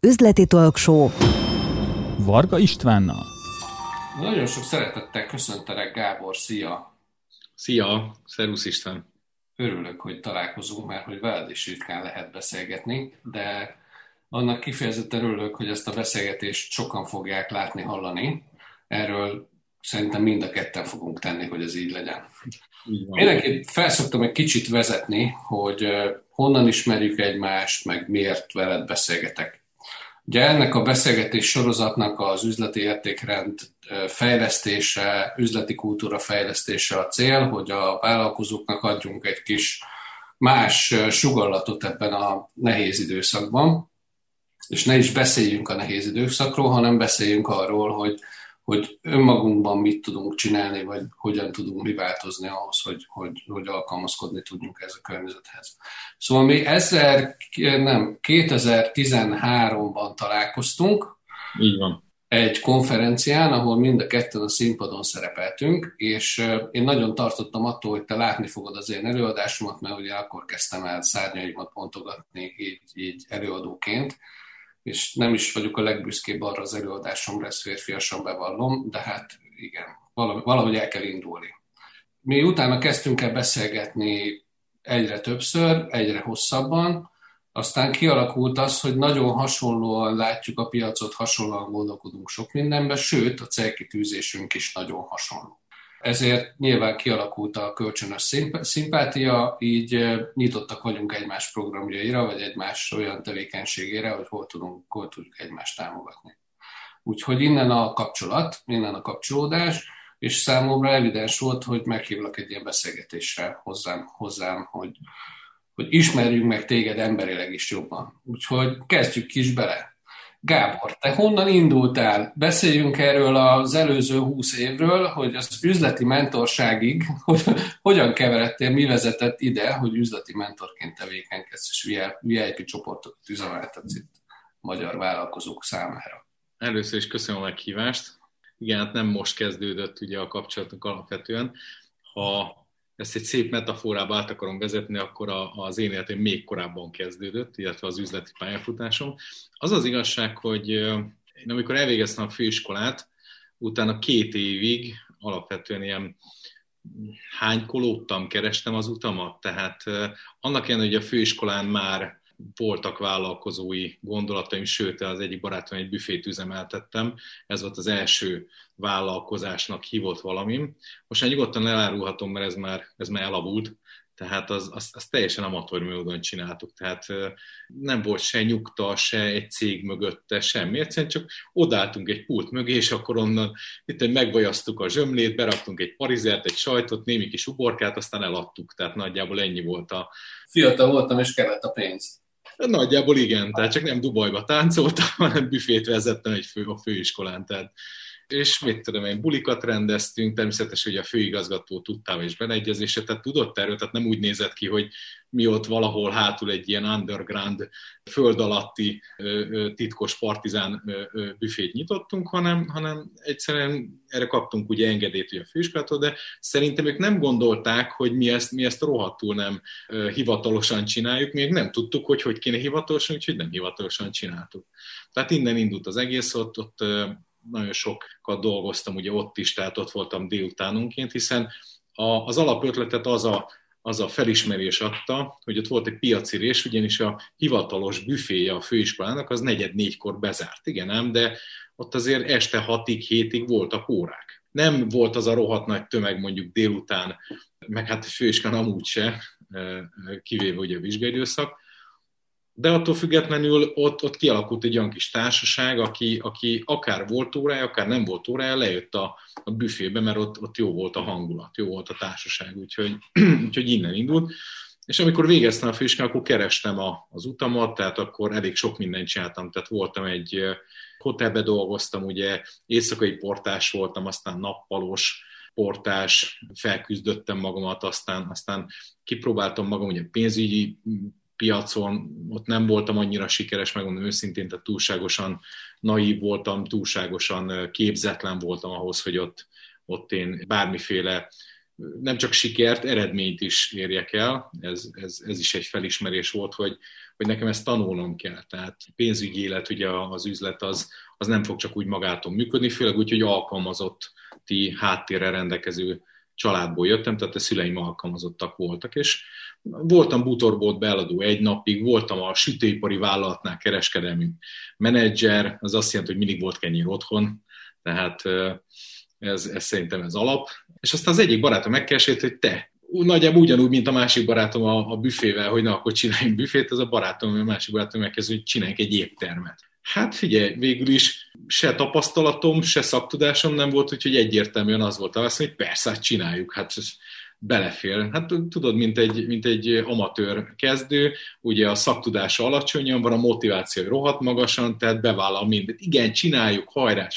üzleti talkshow Varga Istvánnal. Nagyon sok szeretettel köszöntelek, Gábor, szia! Szia, szervusz István! Örülök, hogy találkozunk, mert hogy veled is ritkán lehet beszélgetni, de annak kifejezetten örülök, hogy ezt a beszélgetést sokan fogják látni, hallani. Erről szerintem mind a ketten fogunk tenni, hogy ez így legyen. Mindenképp felszoktam egy kicsit vezetni, hogy honnan ismerjük egymást, meg miért veled beszélgetek. Ugye ennek a beszélgetés sorozatnak az üzleti értékrend fejlesztése, üzleti kultúra fejlesztése a cél, hogy a vállalkozóknak adjunk egy kis más sugallatot ebben a nehéz időszakban, és ne is beszéljünk a nehéz időszakról, hanem beszéljünk arról, hogy önmagunkban mit tudunk csinálni, vagy hogyan tudunk mi változni ahhoz, hogy alkalmazkodni tudjunk ez a környezethez. Szóval mi 2013-ban találkoztunk. Így van. Egy konferencián, ahol mind a ketten a színpadon szerepeltünk, és én nagyon tartottam attól, hogy te látni fogod az én előadásomat, mert ugye akkor kezdtem el szárnyaimat bontogatni így előadóként, és nem is vagyok a legbüszkébb arra az előadásomra, ezt férfiasan bevallom, de hát igen, valahogy el kell indulni. Mi utána kezdtünk el beszélgetni egyre többször, egyre hosszabban, aztán kialakult az, hogy nagyon hasonlóan látjuk a piacot, hasonlóan gondolkodunk sok mindenben, sőt, a célkitűzésünk is nagyon hasonló. Ezért nyilván kialakult a kölcsönös szimpátia, így nyitottak vagyunk egymás programjaira, vagy egymás olyan tevékenységére, hogy hol tudjuk egymást támogatni. Úgyhogy innen a kapcsolat, innen a kapcsolódás, és számomra evidens volt, hogy meghívlak egy ilyen beszélgetésre hozzám, hogy ismerjünk meg téged emberileg is jobban. Úgyhogy kezdjük is bele. Gábor, te honnan indultál? Beszéljünk erről az előző 20 évről, hogy az üzleti mentorságig hogyan keveredtél, mi vezetett ide, hogy üzleti mentorként tevékenykedsz, és VIP csoportokat üzemeltetsz itt magyar vállalkozók számára. Először is köszönöm a meghívást. Igen, hát nem most kezdődött ugye a kapcsolatunk alapvetően. Ha ezt egy szép metaforába át akarom vezetni, akkor az én életem még korábban kezdődött, illetve az üzleti pályafutásom. Az az igazság, hogy én amikor elvégeztem a főiskolát, utána 2 évig alapvetően ilyen hánykolódtam, kerestem az utamat. Tehát annak ellenére, hogy a főiskolán már voltak vállalkozói gondolataim, sőt, az egyik barátom egy büfét üzemeltettem. Ez volt az első vállalkozásnak hívott valamim. Most már nyugodtan elárulhatom, mert ez már elavult, tehát az teljesen amatőr módon csináltuk. Tehát nem volt se nyugta, se egy cég mögötte, semmi. Egyszerűen csak odálltunk egy pult mögé, és akkor onnan megvajaztuk a zsömlét, beraktunk egy parizert, egy sajtot, némi kis uborkát, aztán eladtuk. Tehát nagyjából ennyi volt a... Fiatal voltam, és kellett a pénz. Nagyjából igen, tehát csak nem Dubajba táncoltam, hanem büfét vezettem a főiskolán. Tehát. És mit tudom én, bulikat rendeztünk, természetesen ugye a főigazgató tudtával és beleegyezése, tehát tudott erről, tehát nem úgy nézett ki, hogy mi ott valahol hátul egy ilyen underground, föld alatti titkos partizán büfét nyitottunk, hanem egyszerűen erre kaptunk ugye engedélyt ugye a főiskolától, de szerintem ők nem gondolták, hogy mi ezt rohadtul nem hivatalosan csináljuk, még nem tudtuk, hogy kéne hivatalosan, úgyhogy nem hivatalosan csináltuk. Tehát innen indult az egész, ott nagyon sokat dolgoztam ugye ott is, tehát ott voltam délutánonként, hiszen az alapötletet az a felismerés adta, hogy ott volt egy piacirés, ugyanis a hivatalos büféje a főiskolának az 3:45-kor bezárt. Igen ám, de ott azért este 6-ig, 7-ig voltak órák. Nem volt az a rohadt nagy tömeg mondjuk délután, meg hát a főiskolán amúgy se, kivéve ugye a vizsgaidőszak, de attól függetlenül ott kialakult egy olyan kis társaság, aki akár volt órája, akár nem volt órája, lejött a büfébe, mert ott jó volt a hangulat, jó volt a társaság, úgyhogy innen indult. És amikor végeztem a főiskolát, akkor kerestem az utamat, tehát akkor elég sok mindent csináltam, tehát voltam egy hotelbe dolgoztam, ugye éjszakai portás voltam, aztán nappalós portás, felküzdöttem magamat, aztán kipróbáltam magam ugye pénzügyi piacon, ott nem voltam annyira sikeres, megmondom őszintén, tehát túlságosan naív voltam, túlságosan képzetlen voltam ahhoz, hogy ott én bármiféle nem csak sikert, eredményt is érjek el. Ez is egy felismerés volt, hogy nekem ezt tanulnom kell. Tehát pénzügyi élet, ugye az üzlet az nem fog csak úgy magától működni, főleg úgy, hogy alkalmazotti háttérrel rendelkező családból jöttem, tehát a szüleim alkalmazottak voltak, és voltam bútorbolt beeladó 1 napig, voltam a sütőipari vállalatnál kereskedelmi menedzser, az azt jelenti, hogy mindig volt kenyér otthon, tehát ez szerintem ez alap. És aztán az egyik barátom megkeresett, hogy te, nagyjából ugyanúgy, mint a másik barátom a büfével, hogy na, akkor csináljunk büfét, az a másik barátom megkezdő, hogy csináljunk egy éttermet. Hát figyelj, végül is se tapasztalatom, se szaktudásom nem volt, úgyhogy egyértelműen az volt a válasz, hogy persze, hát csináljuk, hát belefér. Hát tudod, mint egy amatőr kezdő, ugye a szaktudása alacsonyan van, a motiváció rohadt magasan, tehát bevállal mindent. Igen, csináljuk, hajrá!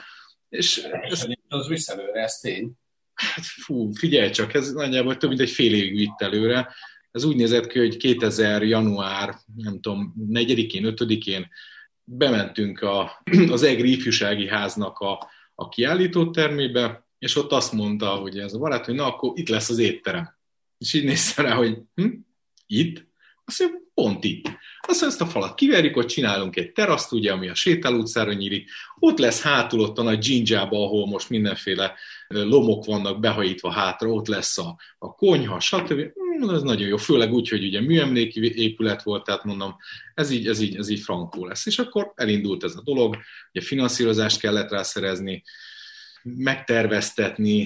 És az visz előre, ez tény. Hát figyelj csak, ez nagyjából több mint egy fél évig vitt előre. Ez úgy nézett ki, hogy 2000. január, nem tudom, 4-én, 5-én bementünk az EGRI ifjúsági háznak a kiállítótermébe, és ott azt mondta, hogy ez a barát, hogy na, akkor itt lesz az étterem. És így nézte rá, hogy itt? Azt mondja, pont itt. Aztán ezt a falat kiverjük, ott csinálunk egy teraszt, ugye, ami a Sétál utcára nyílik. Ott lesz hátul, ott a nagy dzsindzsába, ahol most mindenféle lomok vannak behajítva hátra, ott lesz a konyha, stb. Ez nagyon jó, főleg úgy, hogy ugye műemléki épület volt, tehát mondom, ez így frankó lesz. És akkor elindult ez a dolog, ugye finanszírozást kellett rászerezni, megterveztetni,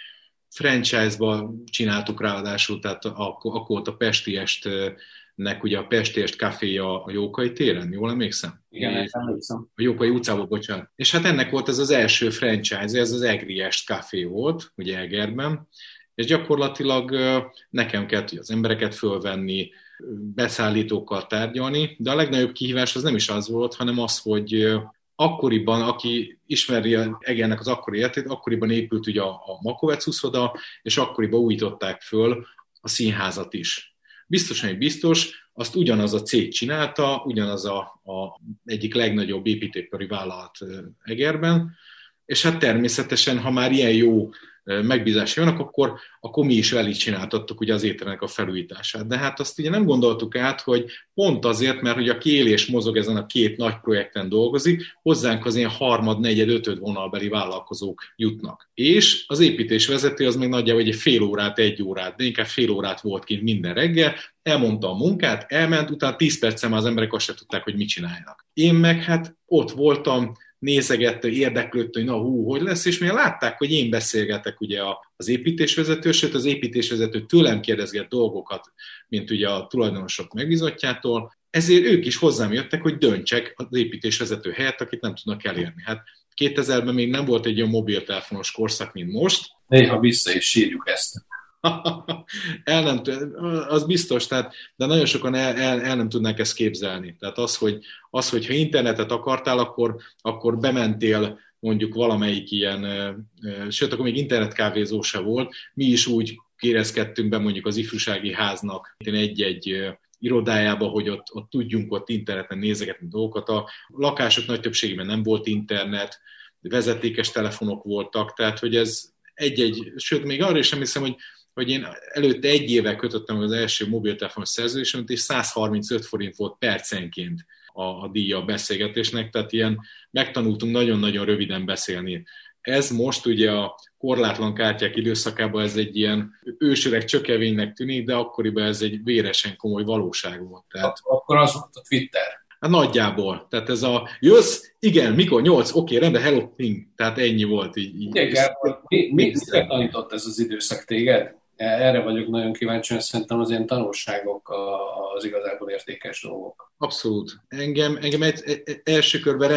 franchise-ba csináltuk ráadásul, tehát akkor volt a Pestiestnek, ugye a Pestiest caféja a Jókai téren, jól emlékszem? Igen, emlékszem. A Jókai utcában, bocsánat. És hát ennek volt ez az első franchise, ez az Egriest café volt, ugye Egerben, és gyakorlatilag nekem kellett az embereket fölvenni, beszállítókkal tárgyalni, de a legnagyobb kihívás az nem is az volt, hanem az, hogy akkoriban, aki ismeri Egernek az akkori életét, akkoriban épült ugye a Makovec uszoda, és akkoriban újították föl a színházat is. Biztosan, hogy biztos, azt ugyanaz a cég csinálta, ugyanaz a egyik legnagyobb építőipari vállalat Egerben, és hát természetesen, ha már ilyen jó megbízása vannak, akkor mi is velük csináltattuk ugye az étteremnek a felújítását. De hát azt ugye nem gondoltuk át, hogy pont azért, mert hogy aki él és mozog ezen a 2 nagy projekten dolgozik, hozzánk az ilyen 3., 4., 5. vonalbeli vállalkozók jutnak. És az építésvezető az meg nagyjából egy fél órát, 1 órát, de inkább fél órát volt kint minden reggel, elmondta a munkát, elment, utána 10 percen már az emberek azt se tudták, hogy mit csináljanak. Én meg hát ott voltam, nézegette, érdeklődte, hogy na hogy lesz, és mivel látták, hogy én beszélgetek ugye az építésvezető, sőt az építésvezető tőlem kérdezget dolgokat, mint ugye a tulajdonosok megbízottjától, ezért ők is hozzám jöttek, hogy döntsek az építésvezető helyett, akit nem tudnak elérni. Hát 2000-ben még nem volt egy olyan mobiltelefonos korszak, mint most. Néha vissza is sírjuk ezt. Az biztos, tehát, de nagyon sokan el nem tudnák ezt képzelni. Tehát az, hogyha internetet akartál, akkor bementél mondjuk valamelyik ilyen, sőt, akkor még internetkávézó se volt, mi is úgy kérezkedtünk be mondjuk az ifjúsági háznak egy irodájába, hogy ott tudjunk ott interneten nézegetni dolgokat. A lakások nagy többségében nem volt internet, vezetékes telefonok voltak, tehát hogy ez sőt, még arra is emlékszem, hogy én előtte 1 évvel kötöttem az első mobiltelefonos szerződésemet, és 135 forint volt percenként a díja a beszélgetésnek, tehát ilyen megtanultunk nagyon-nagyon röviden beszélni. Ez most ugye a korlátlan kártyák időszakában ez egy ilyen ősöreg csökevénynek tűnik, de akkoriban ez egy véresen komoly valóság volt. Tehát... Akkor az volt a Twitter. Hát nagyjából. Tehát ez jössz, igen, mikor? 8, oké, rendben, hello, ping. Tehát ennyi volt így. Igen, mit tanított ez az időszak téged? Erre vagyok nagyon kíváncsi, mert szerintem az ilyen tanulságok az igazából értékes dolgok. Abszolút. Engem első körben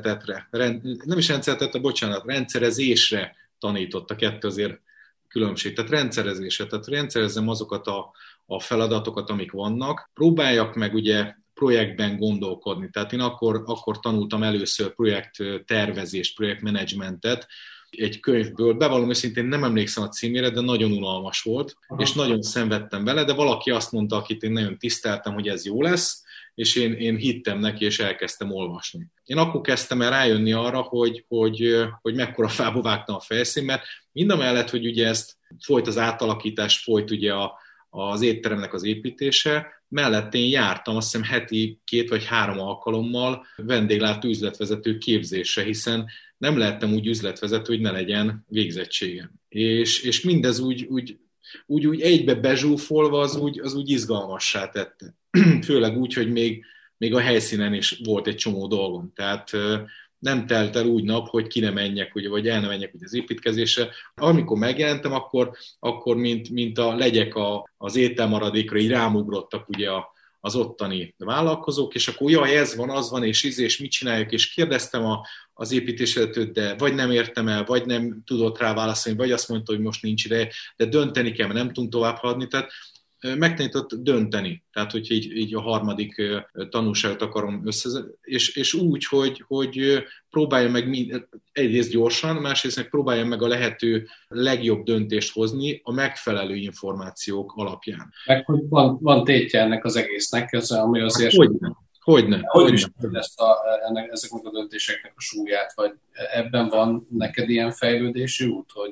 rendszerezésre tanított, a kettő azért különbség. Tehát rendszerezésre. Tehát rendszerezzem azokat a feladatokat, amik vannak. Próbáljak meg ugye projektben gondolkodni. Tehát én akkor tanultam először projekttervezést, projektmenedzsmentet, egy könyvből, bevallom őszintén nem emlékszem a címére, de nagyon unalmas volt, és nagyon szenvedtem vele, de valaki azt mondta, akit én nagyon tiszteltem, hogy ez jó lesz, és én hittem neki, és elkezdtem olvasni. Én akkor kezdtem el rájönni arra, hogy mekkora fába vágtam a fejszín, mert mindamellett, hogy ugye ezt folyt az átalakítás, folyt ugye az étteremnek az építése, mellett én jártam azt hiszem heti 2 vagy 3 alkalommal vendéglátó üzletvezető képzésre, hiszen nem lehettem úgy üzletvezető, hogy ne legyen végzettségem. És mindez úgy egybe bezsúfolva az úgy izgalmassá tette. Főleg úgy, hogy még a helyszínen is volt egy csomó dolgom. Tehát nem telt el úgy nap, hogy ki ne menjek, vagy el ne menjek az építkezésre. Amikor megjelentem, akkor mint a legyek az ételmaradékra, így rámugrottak ugye az ottani vállalkozók, és akkor jaj, ez van, az van, és mit csináljuk, és kérdeztem az építésvezetőt, de vagy nem értem el, vagy nem tudott rá válaszolni, vagy azt mondta, hogy most nincs ideje, de dönteni kell, mert nem tudunk tovább haladni, tehát megtanított dönteni, tehát hogy így a harmadik tanulságot akarom és úgy, hogy próbálja meg egyrészt gyorsan, másrészt meg próbálja meg a lehető legjobb döntést hozni a megfelelő információk alapján. Meg hogy van tétje ennek az egésznek, ami azért... Hogyne. Hogy is ezeknek a döntéseknek a súlyát, vagy ebben van neked ilyen fejlődési út, hogy...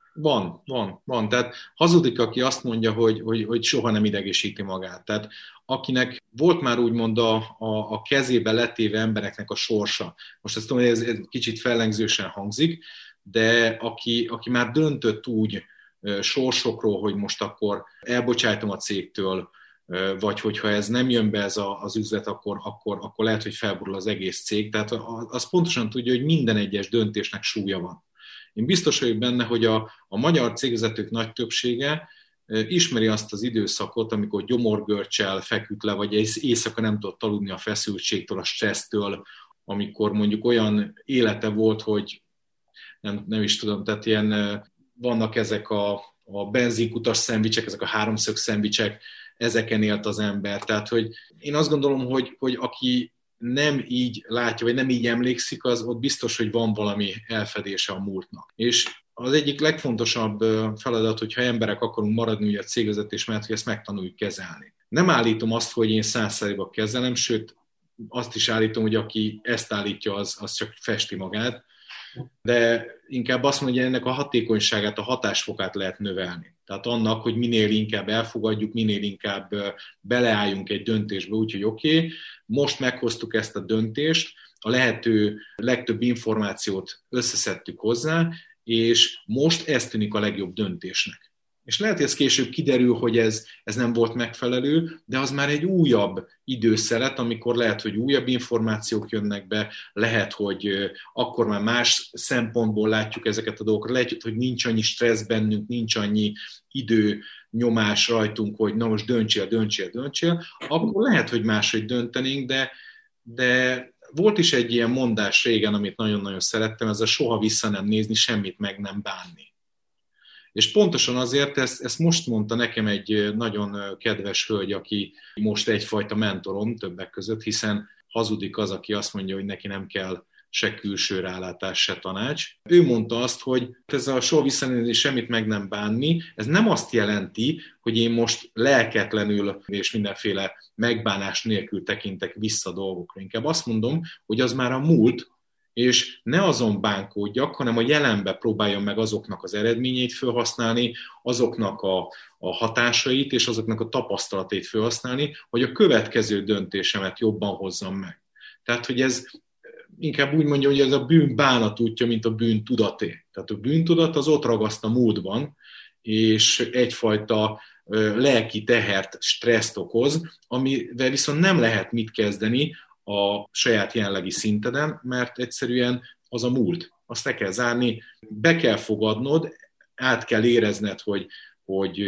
Van. Tehát hazudik, aki azt mondja, hogy soha nem idegesíti magát. Tehát akinek volt már úgymond a kezébe letéve embereknek a sorsa. Most ezt tudom, hogy ez kicsit fellengzősen hangzik, de aki már döntött úgy sorsokról, hogy most akkor elbocsájtom a cégtől, vagy hogyha ez nem jön be ez az üzlet, akkor lehet, hogy felborul az egész cég. Tehát az pontosan tudja, hogy minden egyes döntésnek súlya van. Én biztos vagyok benne, hogy a magyar cégvezetők nagy többsége ismeri azt az időszakot, amikor gyomorgörccsel feküdt le, vagy éjszaka nem tudott aludni a feszültségtől, a stressztől, amikor mondjuk olyan élete volt, hogy nem is tudom, tehát ilyen vannak ezek a benzinkutas szendvicsek, ezek a háromszög szendvicsek, ezeken élt az ember. Tehát, hogy én azt gondolom, hogy aki nem így látja, vagy nem így emlékszik, az ott biztos, hogy van valami elfedése a múltnak. És az egyik legfontosabb feladat, hogyha emberek akarunk maradni ugye a cégvezetés mellett, hogy ezt megtanuljuk kezelni. Nem állítom azt, hogy én 100%-ban kezelem, sőt azt is állítom, hogy aki ezt állítja, az csak festi magát, de inkább azt mondja, hogy ennek a hatékonyságát, a hatásfokát lehet növelni. Tehát annak, hogy minél inkább elfogadjuk, minél inkább beleálljunk egy döntésbe, úgyhogy oké, most meghoztuk ezt a döntést, a lehető legtöbb információt összeszedtük hozzá, és most ez tűnik a legjobb döntésnek. És lehet, hogy ez később kiderül, hogy ez nem volt megfelelő, de az már egy újabb időszelet, amikor lehet, hogy újabb információk jönnek be, lehet, hogy akkor már más szempontból látjuk ezeket a dolgokat, lehet, hogy nincs annyi stressz bennünk, nincs annyi időnyomás rajtunk, hogy na most döntsél, akkor lehet, hogy máshogy döntenénk, de volt is egy ilyen mondás régen, amit nagyon-nagyon szerettem, ez a soha vissza nem nézni, semmit meg nem bánni. És pontosan azért ezt most mondta nekem egy nagyon kedves hölgy, aki most egyfajta mentorom többek között, hiszen hazudik az, aki azt mondja, hogy neki nem kell se külső rálátás, se tanács. Ő mondta azt, hogy ez a soha visszanézni, semmit meg nem bánni, ez nem azt jelenti, hogy én most lelketlenül és mindenféle megbánás nélkül tekintek vissza dolgokra. Inkább azt mondom, hogy az már a múlt, és ne azon bánkódjak, hanem a jelenbe próbáljam meg azoknak az eredményeit felhasználni, azoknak a hatásait és azoknak a tapasztalatait felhasználni, hogy a következő döntésemet jobban hozzam meg. Tehát, hogy ez inkább úgy mondja, hogy ez a bűn bánatútja, mint a bűn tudaté. Tehát a bűntudat az ott ragaszt a múltban, és egyfajta lelki tehert, stresszt okoz, amivel viszont nem lehet mit kezdeni a saját jelenlegi szinteden, mert egyszerűen az a múlt. Azt le kell zárni, be kell fogadnod, át kell érezned, hogy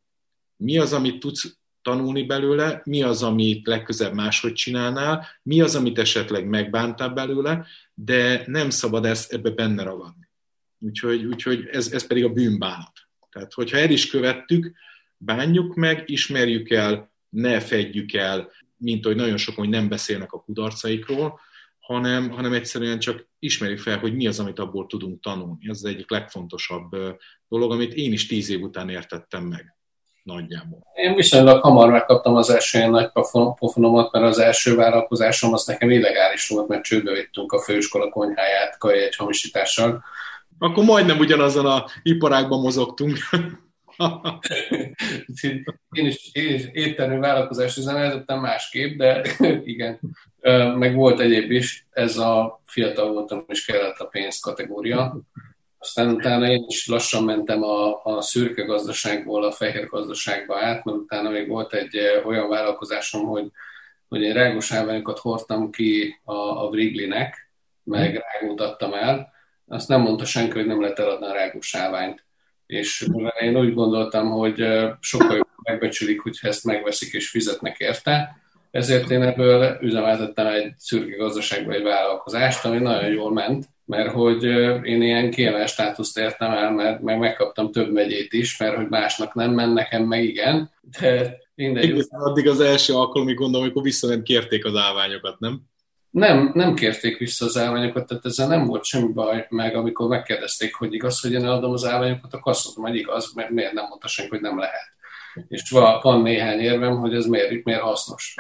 mi az, amit tudsz tanulni belőle, mi az, amit legközebb máshogy csinálnál, mi az, amit esetleg megbántál belőle, de nem szabad ebbe benne ragadni. Úgyhogy ez pedig a bűnbánat. Tehát, hogyha el is követtük, bánjuk meg, ismerjük el, ne fedjük el, mint hogy nagyon sokan hogy nem beszélnek a kudarcaikról, hanem egyszerűen csak ismerjük fel, hogy mi az, amit abból tudunk tanulni. Ez az egyik legfontosabb dolog, amit én is 10 év után értettem meg. Nagyjából. Én viszonylag hamar megkaptam az első ilyen nagy pofonomat, mert az első vállalkozásom az nekem illegális volt, mert csődbe vittünk a főiskola konyháját kajjegy hamisítással. Akkor majdnem ugyanazon a iparágban mozogtunk. Én is éttermi vállalkozást üzemeltettem másképp, de igen, meg volt egyéb is, ez a fiatal voltam és kellett a pénz kategória. Aztán utána én is lassan mentem a szürke gazdaságból a fehér gazdaságba át, mert utána még volt egy olyan vállalkozásom, hogy én rágós állványokat hordtam ki a Wrigleynek, meg rágót adtam el. Azt nem mondta senki, hogy nem lehet eladni a rágós állványt. És én úgy gondoltam, hogy sokkal jobban megbecsülik, hogyha ezt megveszik és fizetnek érte. Ezért én ebből üzemeltettem egy szürke gazdaságban egy vállalkozást, ami nagyon jól ment, mert hogy én ilyen kiemelt státuszt értem el, mert megkaptam több megyét is, mert hogy másnak nem ment, nekem meg igen. De mindegy. Addig az első alkalomig gondolom, amikor vissza nem kérték az állványokat, nem? Nem kérték vissza az állványokat, tehát ezzel nem volt semmi baj, meg amikor megkérdezték, hogy igaz, hogy én eladom az állványokat, akkor azt mondtam, hogy igaz, mert miért nem mondta senki, hogy nem lehet. És van néhány érvem, hogy ez miért hasznos.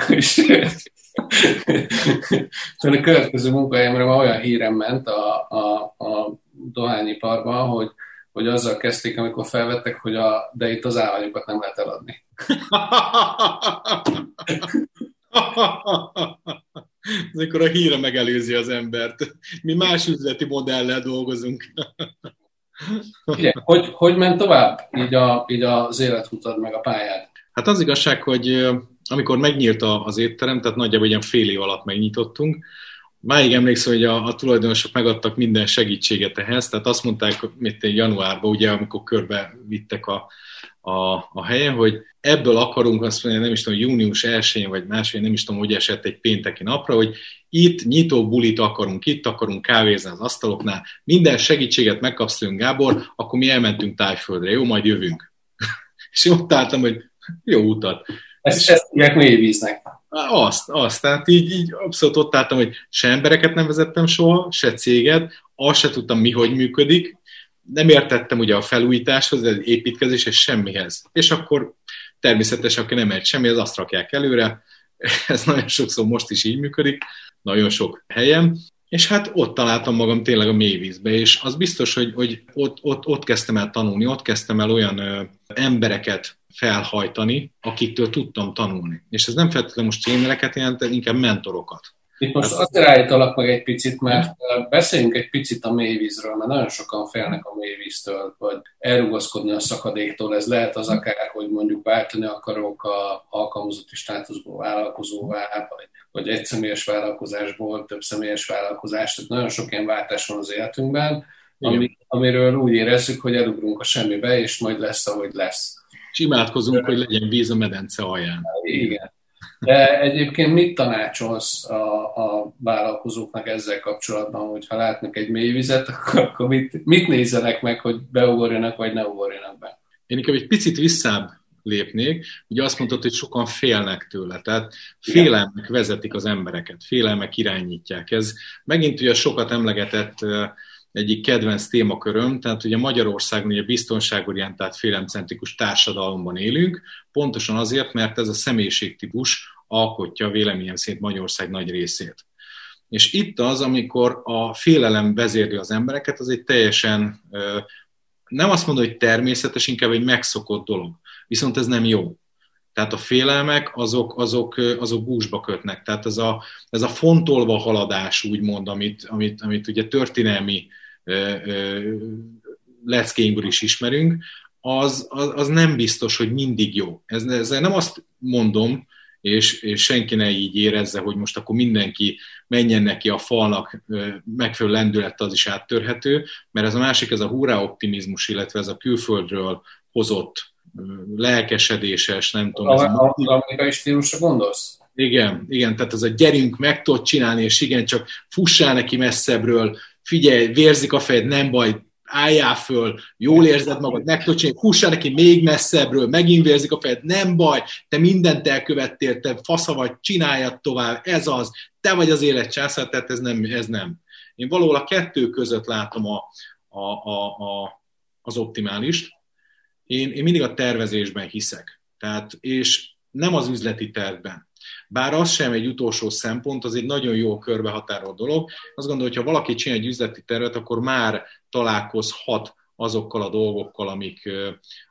A következő munkahelyemre már olyan hírem ment a dohányiparban, hogy azzal kezdték, amikor felvettek, hogy de itt az állványokat nem lehet eladni. Amikor a híre megelőzi az embert. Mi más üzleti modellel dolgozunk. Igen, hogy ment tovább így az életutad meg a pályád? Hát az igazság, hogy amikor megnyílt az étterem, tehát nagyjából ilyen fél év alatt megnyitottunk, máig emlékszem, hogy a tulajdonosok megadtak minden segítséget ehhez, tehát azt mondták, mint januárban, ugye, amikor körbe vittek a helyen, hogy ebből akarunk, azt mondja, nem is tudom, június 1-én vagy másodikán, nem is tudom, hogy esett egy pénteki napra, hogy itt nyitó bulit akarunk, itt akarunk kávézni az asztaloknál, minden segítséget megkapsz tőlünk, Gábor, akkor mi elmentünk Tájföldre, jó, majd jövünk. És ott álltam, hogy jó utat. Ezt hívják mélyvíznek. Azt. Tehát így abszolút ott álltam, hogy se embereket nem vezettem soha, se céget, azt se tudtam, mi hogy működik, nem értettem ugye a felújításhoz, az építkezés, és semmihez. És akkor természetesen, aki nem ért semmi, az azt rakják előre. Ez nagyon sokszor most is így működik, nagyon sok helyen. És hát ott találtam magam tényleg a mélyvízbe, és az biztos, hogy ott kezdtem el tanulni, ott kezdtem el olyan embereket felhajtani, akiktől tudtam tanulni. És ez nem feltétlenül most trénereket jelent, inkább mentorokat. Itt most azért állítalak meg egy picit, mert beszéljünk egy picit a mélyvízről, mert nagyon sokan félnek a mélyvíztől, vagy elrugaszkodni a szakadéktól. Ez lehet az akár, hogy mondjuk váltani akarok a alkalmazotti státuszból vállalkozóvá, vagy egyszemélyes vállalkozásból több személyes vállalkozást. Tehát nagyon sok ilyen váltás van az életünkben, amiről úgy érezzük, hogy elugrunk a semmibe, és majd lesz, ahogy lesz. És imádkozunk, hogy legyen víz a medence alján. Igen. De egyébként mit tanácsolsz a vállalkozóknak ezzel kapcsolatban, hogyha látnak egy mélyvizet, akkor mit nézzenek meg, hogy beugorjanak, vagy ne ugorjanak be? Én inkább egy picit visszább lépnék. Ugye azt mondtad, hogy sokan félnek tőle. Tehát félelmek vezetik az embereket, félelmek irányítják. Ez megint ugye sokat emlegetett egyik kedvenc témaköröm, tehát ugye Magyarországon ugye biztonságorientált félelemcentrikus társadalomban élünk, pontosan azért, mert ez a személyiségtípus alkotja véleményem szerint Magyarország nagy részét. És itt az, amikor a félelem vezérli az embereket, az egy teljesen, nem azt mondom, hogy természetes, inkább egy megszokott dolog. Viszont ez nem jó. Tehát a félelmek, azok gúzsba kötnek. Tehát ez a fontolva haladás, úgymond, amit ugye történelmi leckéinkből is ismerünk, az nem biztos, hogy mindig jó. Ezzel nem azt mondom, és senki ne így érezze, hogy most akkor mindenki menjen neki a falnak megfelelő lendülettel, az is áttörhető, mert ez a másik, ez a hurrá optimizmus, illetve ez a külföldről hozott lelkesedéses, nem tudom. Az amerikai stílusra gondolsz? Igen, tehát ez a gyerünk, meg tudod csinálni, és igen, csak fussál neki messzebbről, figyelj, vérzik a fejed, nem baj, álljál föl, jól érzed magad, meg tudod csinálni, fussál neki még messzebbről, megint vérzik a fejed, nem baj, te mindent elkövettél, te fasza vagy, csináljad tovább, ez az, te vagy az élet császár, tehát ez nem. Én valahol a kettő között látom az optimálist. Én mindig a tervezésben hiszek, tehát, és nem az üzleti tervben. Bár az sem egy utolsó szempont, az egy nagyon jó körbehatárolt dolog. Azt gondolom, hogy ha valaki csinál egy üzleti tervet, akkor már találkozhat azokkal a dolgokkal,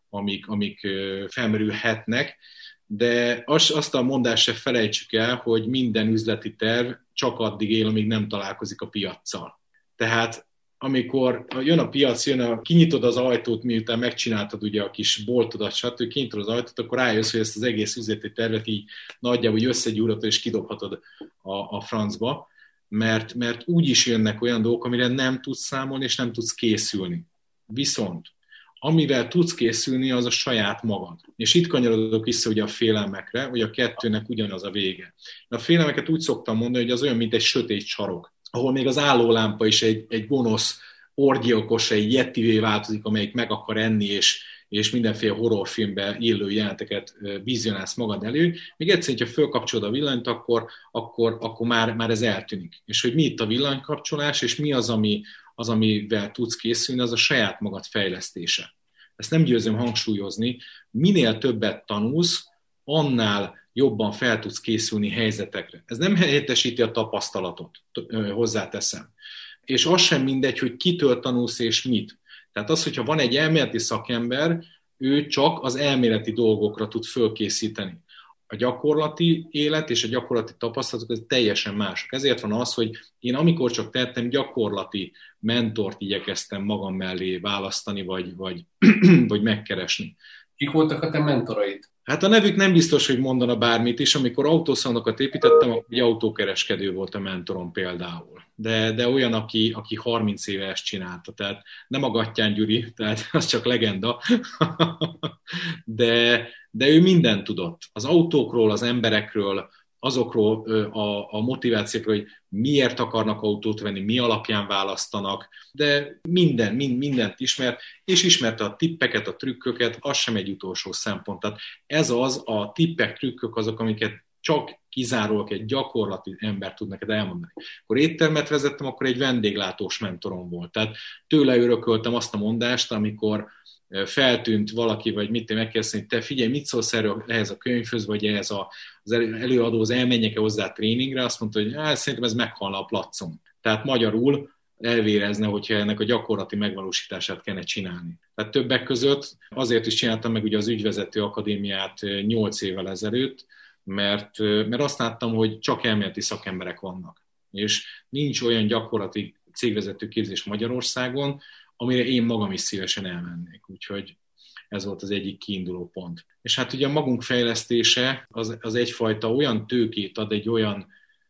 amik felmerülhetnek, de azt a mondást se felejtsük el, hogy minden üzleti terv csak addig él, amíg nem találkozik a piaccal. Tehát amikor jön a piac, kinyitod az ajtót, miután megcsináltad ugye a kis boltodat, stb., kinyitod az ajtót, akkor rájössz, hogy ezt az egész üzleti tervet így nagyjából összegyúrhatod és kidobhatod a francba, mert úgy is jönnek olyan dolgok, amire nem tudsz számolni és nem tudsz készülni. Viszont amivel tudsz készülni, az a saját magad. És itt kanyarodok vissza ugye a félelmekre, hogy a kettőnek ugyanaz a vége. A félelmeket úgy szoktam mondani, hogy az olyan, mint egy sötét sarok, ahol még az állólámpa is egy gonosz orgyilkos, egy yetivé változik, amelyik meg akar enni, és mindenféle horrorfilmbe illő jeleneteket vizionálsz magad elő. Még egyszer, ha fölkapcsolod a villanyt, akkor már ez eltűnik. És hogy mi itt a villanykapcsolás, és mi az, amivel tudsz készülni, az a saját magad fejlesztése. Ezt nem győzöm hangsúlyozni. Minél többet tanulsz, annál jobban fel tudsz készülni helyzetekre. Ez nem helyettesíti a tapasztalatot, hozzáteszem. És az sem mindegy, hogy kitől tanulsz és mit. Tehát az, hogyha van egy elméleti szakember, ő csak az elméleti dolgokra tud fölkészíteni. A gyakorlati élet és a gyakorlati tapasztalatok ez teljesen mások. Ezért van az, hogy én amikor csak tettem, gyakorlati mentort igyekeztem magam mellé választani, vagy megkeresni. Kik voltak a te mentoraid? Hát a nevük nem biztos, hogy mondana bármit is. Amikor autószalonokat építettem, akkor egy autókereskedő volt a mentorom például. De olyan, aki 30 éve ezt csinálta. Tehát nem a Gattyán Gyuri, tehát az csak legenda. De ő mindent tudott. Az autókról, az emberekről, azokról a motivációkról, hogy miért akarnak autót venni, mi alapján választanak, de mindent ismert, és ismerte a tippeket, a trükköket, az sem egy utolsó szempont. Tehát ez az, a tippek, trükkök azok, amiket csak kizárólag egy gyakorlati ember tud neked elmondani. Akkor éttermet vezettem, akkor egy vendéglátós mentorom volt. Tehát tőle örököltem azt a mondást, amikor feltűnt valaki, vagy mit megkérdeztem, hogy te figyelj, mit szólsz ehhez a könyvhöz, vagy ehhez az előadóhoz, elmenjek-e hozzá tréningre, azt mondta, hogy szerintem ez meghalna a placon. Tehát magyarul elvérezne, hogyha ennek a gyakorlati megvalósítását kellene csinálni. Tehát többek között azért is csináltam meg ugye az ügyvezető akadémiát 8 évvel ezelőtt, mert azt láttam, hogy csak elméleti szakemberek vannak. És nincs olyan gyakorlati cégvezető képzés Magyarországon, amire én magam is szívesen elmennék. Úgyhogy ez volt az egyik kiinduló pont. És hát ugye a magunk fejlesztése az egyfajta olyan tőkét ad, egy olyan,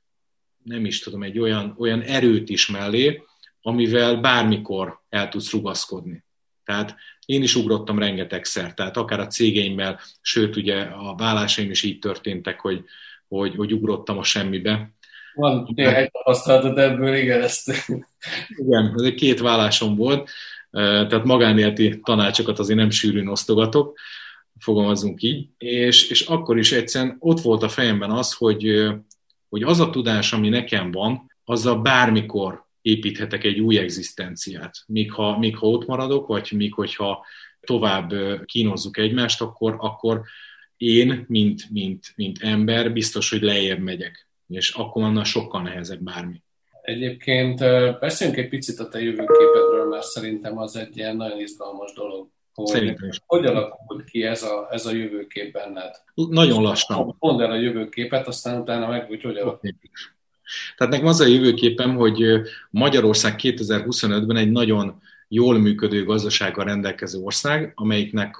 nem is tudom, egy olyan erőt is mellé, amivel bármikor el tudsz rugaszkodni. Tehát én is ugrottam rengetegszer, tehát akár a cégeimmel, sőt ugye a vállásaim is így történtek, hogy ugrottam a semmibe. Van néhány tapasztalatod ebből, igen, ezt. Igen, ez egy 2 vállásom volt, tehát magánéleti tanácsokat azért nem sűrűn osztogatok, fogalmazunk így, és akkor is egyszerűen ott volt a fejemben az, hogy az a tudás, ami nekem van, azzal bármikor építhetek egy új egzisztenciát. Míg ha ott maradok, vagy hogyha tovább kínozzuk egymást, akkor én, mint ember, biztos, hogy lejjebb megyek. És akkor annál sokkal nehezebb bármi. Egyébként beszéljünk egy picit a te jövőképedről, mert szerintem az egy ilyen nagyon izgalmas dolog. Hogy alakult ki ez a jövőkép benned? Nagyon lassan. Mondd el a jövőképet, aztán utána meg, hogy alakult. Tehát nekem az a jövőképem, hogy Magyarország 2025-ben egy nagyon jól működő gazdasággal rendelkező ország, amelyiknek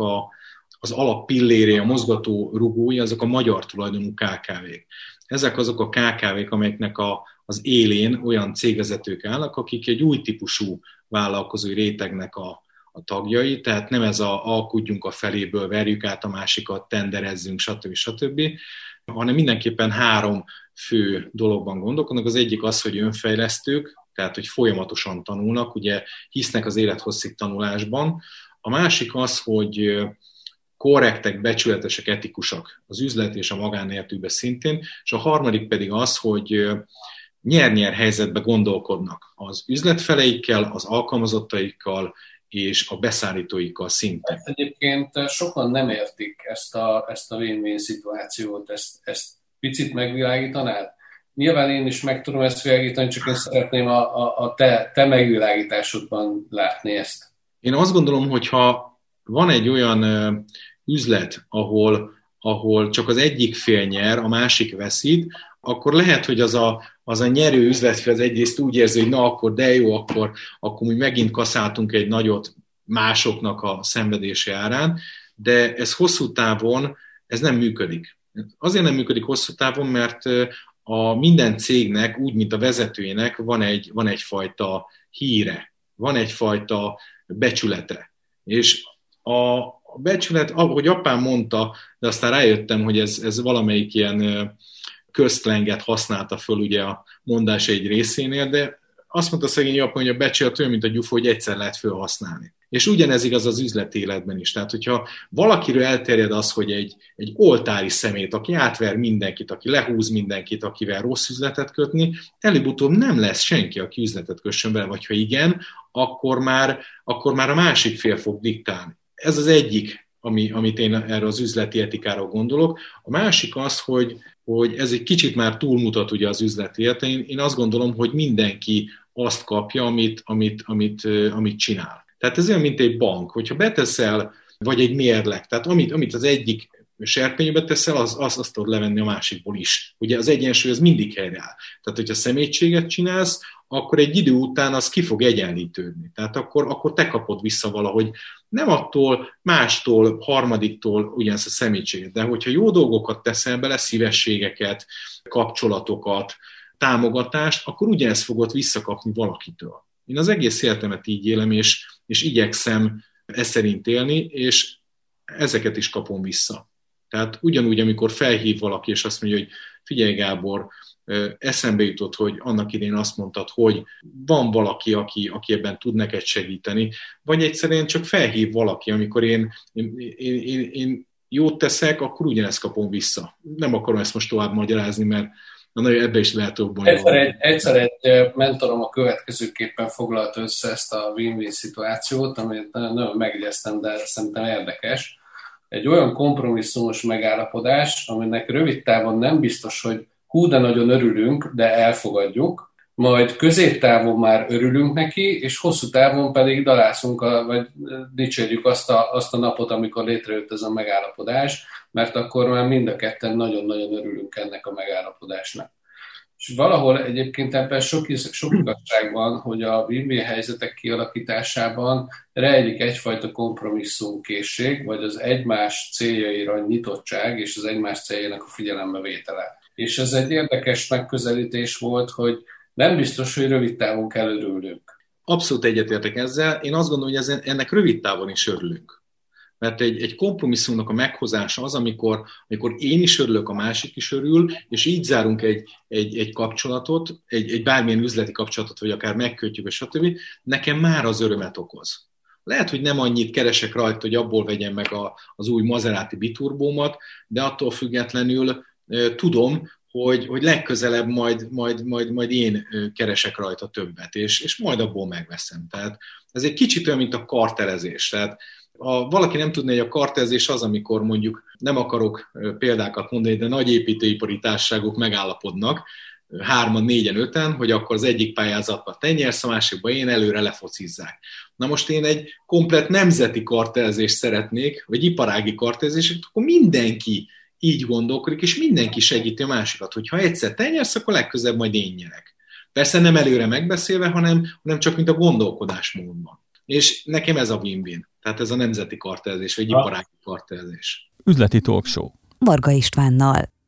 az alappilléré, a mozgató rugói, azok a magyar tulajdonú KKV-k. Ezek azok a KKV-k, amelyeknek az élén olyan cégvezetők állnak, akik egy új típusú vállalkozói rétegnek a tagjai, tehát nem ez alkudjunk a feléből, verjük át a másikat, tenderezzünk, stb., hanem mindenképpen 3 fő dologban gondolkodnak. Az egyik az, hogy önfejlesztők, tehát hogy folyamatosan tanulnak, ugye hisznek az élethosszig tanulásban. A másik az, hogy korrektek, becsületesek, etikusak az üzlet és a magánéletükben szintén, és a harmadik pedig az, hogy nyer-nyer helyzetben gondolkodnak az üzletfeleikkel, az alkalmazottaikkal és a beszállítóikkal szintén. Ezt egyébként sokan nem értik ezt a win-win szituációt, ezt picit megvilágítanád? Nyilván én is meg tudom ezt világítani, csak én szeretném a te megvilágításodban látni ezt. Én azt gondolom, hogy ha van egy olyan üzlet, ahol csak az egyik fél nyer, a másik veszít, akkor lehet, hogy az a nyerő üzletfél az egyrészt úgy érzi, hogy na akkor de jó, akkor mi megint kaszáltunk egy nagyot másoknak a szenvedése árán, de ez hosszú távon ez nem működik. Azért nem működik hosszú távon, mert a minden cégnek, úgy, mint a vezetőjének van egyfajta híre, van egyfajta becsülete. És a becsület, ahogy apám mondta, de aztán rájöttem, hogy ez valamelyik ilyen köztlenget használta föl ugye a mondás egy részénél, de azt mondta szegény apám, hogy a becsület olyan, mint a gyufó, hogy egyszer lehet felhasználni. És ugyanez igaz az üzleti életben is. Tehát, hogyha valakiről elterjed az, hogy egy oltári szemét, aki átver mindenkit, aki lehúz mindenkit, akivel rossz üzletet kötni, előbb-utóbb nem lesz senki, aki üzletet kössön vele, vagy ha igen, akkor már a másik fél fog diktálni. Ez az egyik, amit én erre az üzleti etikára gondolok. A másik az, hogy ez egy kicsit már túlmutat ugye az üzleti életen. Én azt gondolom, hogy mindenki azt kapja, amit csinál. Tehát ez olyan, mint egy bank. Hogyha beteszel, vagy egy mérleg, tehát amit az egyik serpenyőbe teszel, azt tudod levenni a másikból is. Ugye az egyensúly az mindig helyreáll. Tehát, hogyha szemétséget csinálsz, akkor egy idő után az ki fog egyenlítődni. Tehát akkor te kapod vissza valahogy nem attól, mástól, harmadiktól ugyanezt a szemétséget. De hogyha jó dolgokat teszel bele, szívességeket, kapcsolatokat, támogatást, akkor ugyanezt fogod visszakapni valakitől. Én az egész életemet így élem, és igyekszem ezt szerint élni, és ezeket is kapom vissza. Tehát ugyanúgy, amikor felhív valaki, és azt mondja, hogy figyelj Gábor, eszembe jutott, hogy annak idén azt mondtad, hogy van valaki, aki ebben tud neked segíteni, vagy egyszerűen csak felhív valaki, amikor én jót teszek, akkor ugyanezt kapom vissza. Nem akarom ezt most tovább magyarázni, mert ebbe is lehet bonyolulni. Egyszer egy mentorom a következőképpen foglalta össze ezt a win-win szituációt, amit nagyon megjegyeztem, de szerintem érdekes. Egy olyan kompromisszumos megállapodás, aminek rövid távon nem biztos, hogy hú, de nagyon örülünk, de elfogadjuk, majd középtávon már örülünk neki, és hosszú távon pedig dalászunk, vagy dicsérjük azt a napot, amikor létrejött ez a megállapodás, mert akkor már mind a ketten nagyon-nagyon örülünk ennek a megállapodásnak. És valahol egyébként ebben sok igazság van, hogy a win-win helyzetek kialakításában rejlik egyfajta kompromisszumkészség, vagy az egymás céljaira nyitottság, és az egymás céljának a figyelembevétele. És ez egy érdekes megközelítés volt, hogy nem biztos, hogy rövid távon kell örülnünk. Abszolút egyetértek ezzel. Én azt gondolom, hogy ennek rövid távon is örülünk. Mert egy kompromisszumnak a meghozása az, amikor én is örülök, a másik is örül, és így zárunk egy kapcsolatot, egy bármilyen üzleti kapcsolatot, vagy akár megkötjük, és stb. Nekem már az örömet okoz. Lehet, hogy nem annyit keresek rajta, hogy abból vegyem meg az új Maserati biturbómat, de attól függetlenül tudom, hogy legközelebb majd én keresek rajta többet, és majd abból megveszem. Tehát ez egy kicsit olyan, mint a kartelezés. Tehát ha valaki nem tudné, hogy a kartelezés az, amikor mondjuk nem akarok példákat mondani, de nagy építőipari társaságok megállapodnak, 3-an, 4-en, 5-en, hogy akkor az egyik pályázatban te nyersz, a másikban én, előre lefocizzák. Na most én egy komplett nemzeti kartelezést szeretnék, vagy iparági kartelezést, akkor mindenki így gondolkodik, és mindenki segíti a másikat, hogy ha egyszer te nyersz, akkor legközebb majd én nyerek. Persze nem előre megbeszélve, hanem csak mint a gondolkodásmódban. És nekem ez a win-win. Tehát ez a nemzeti kartelezés, vagy iparági kartelezés. Üzleti talkshow. Varga Istvánnal.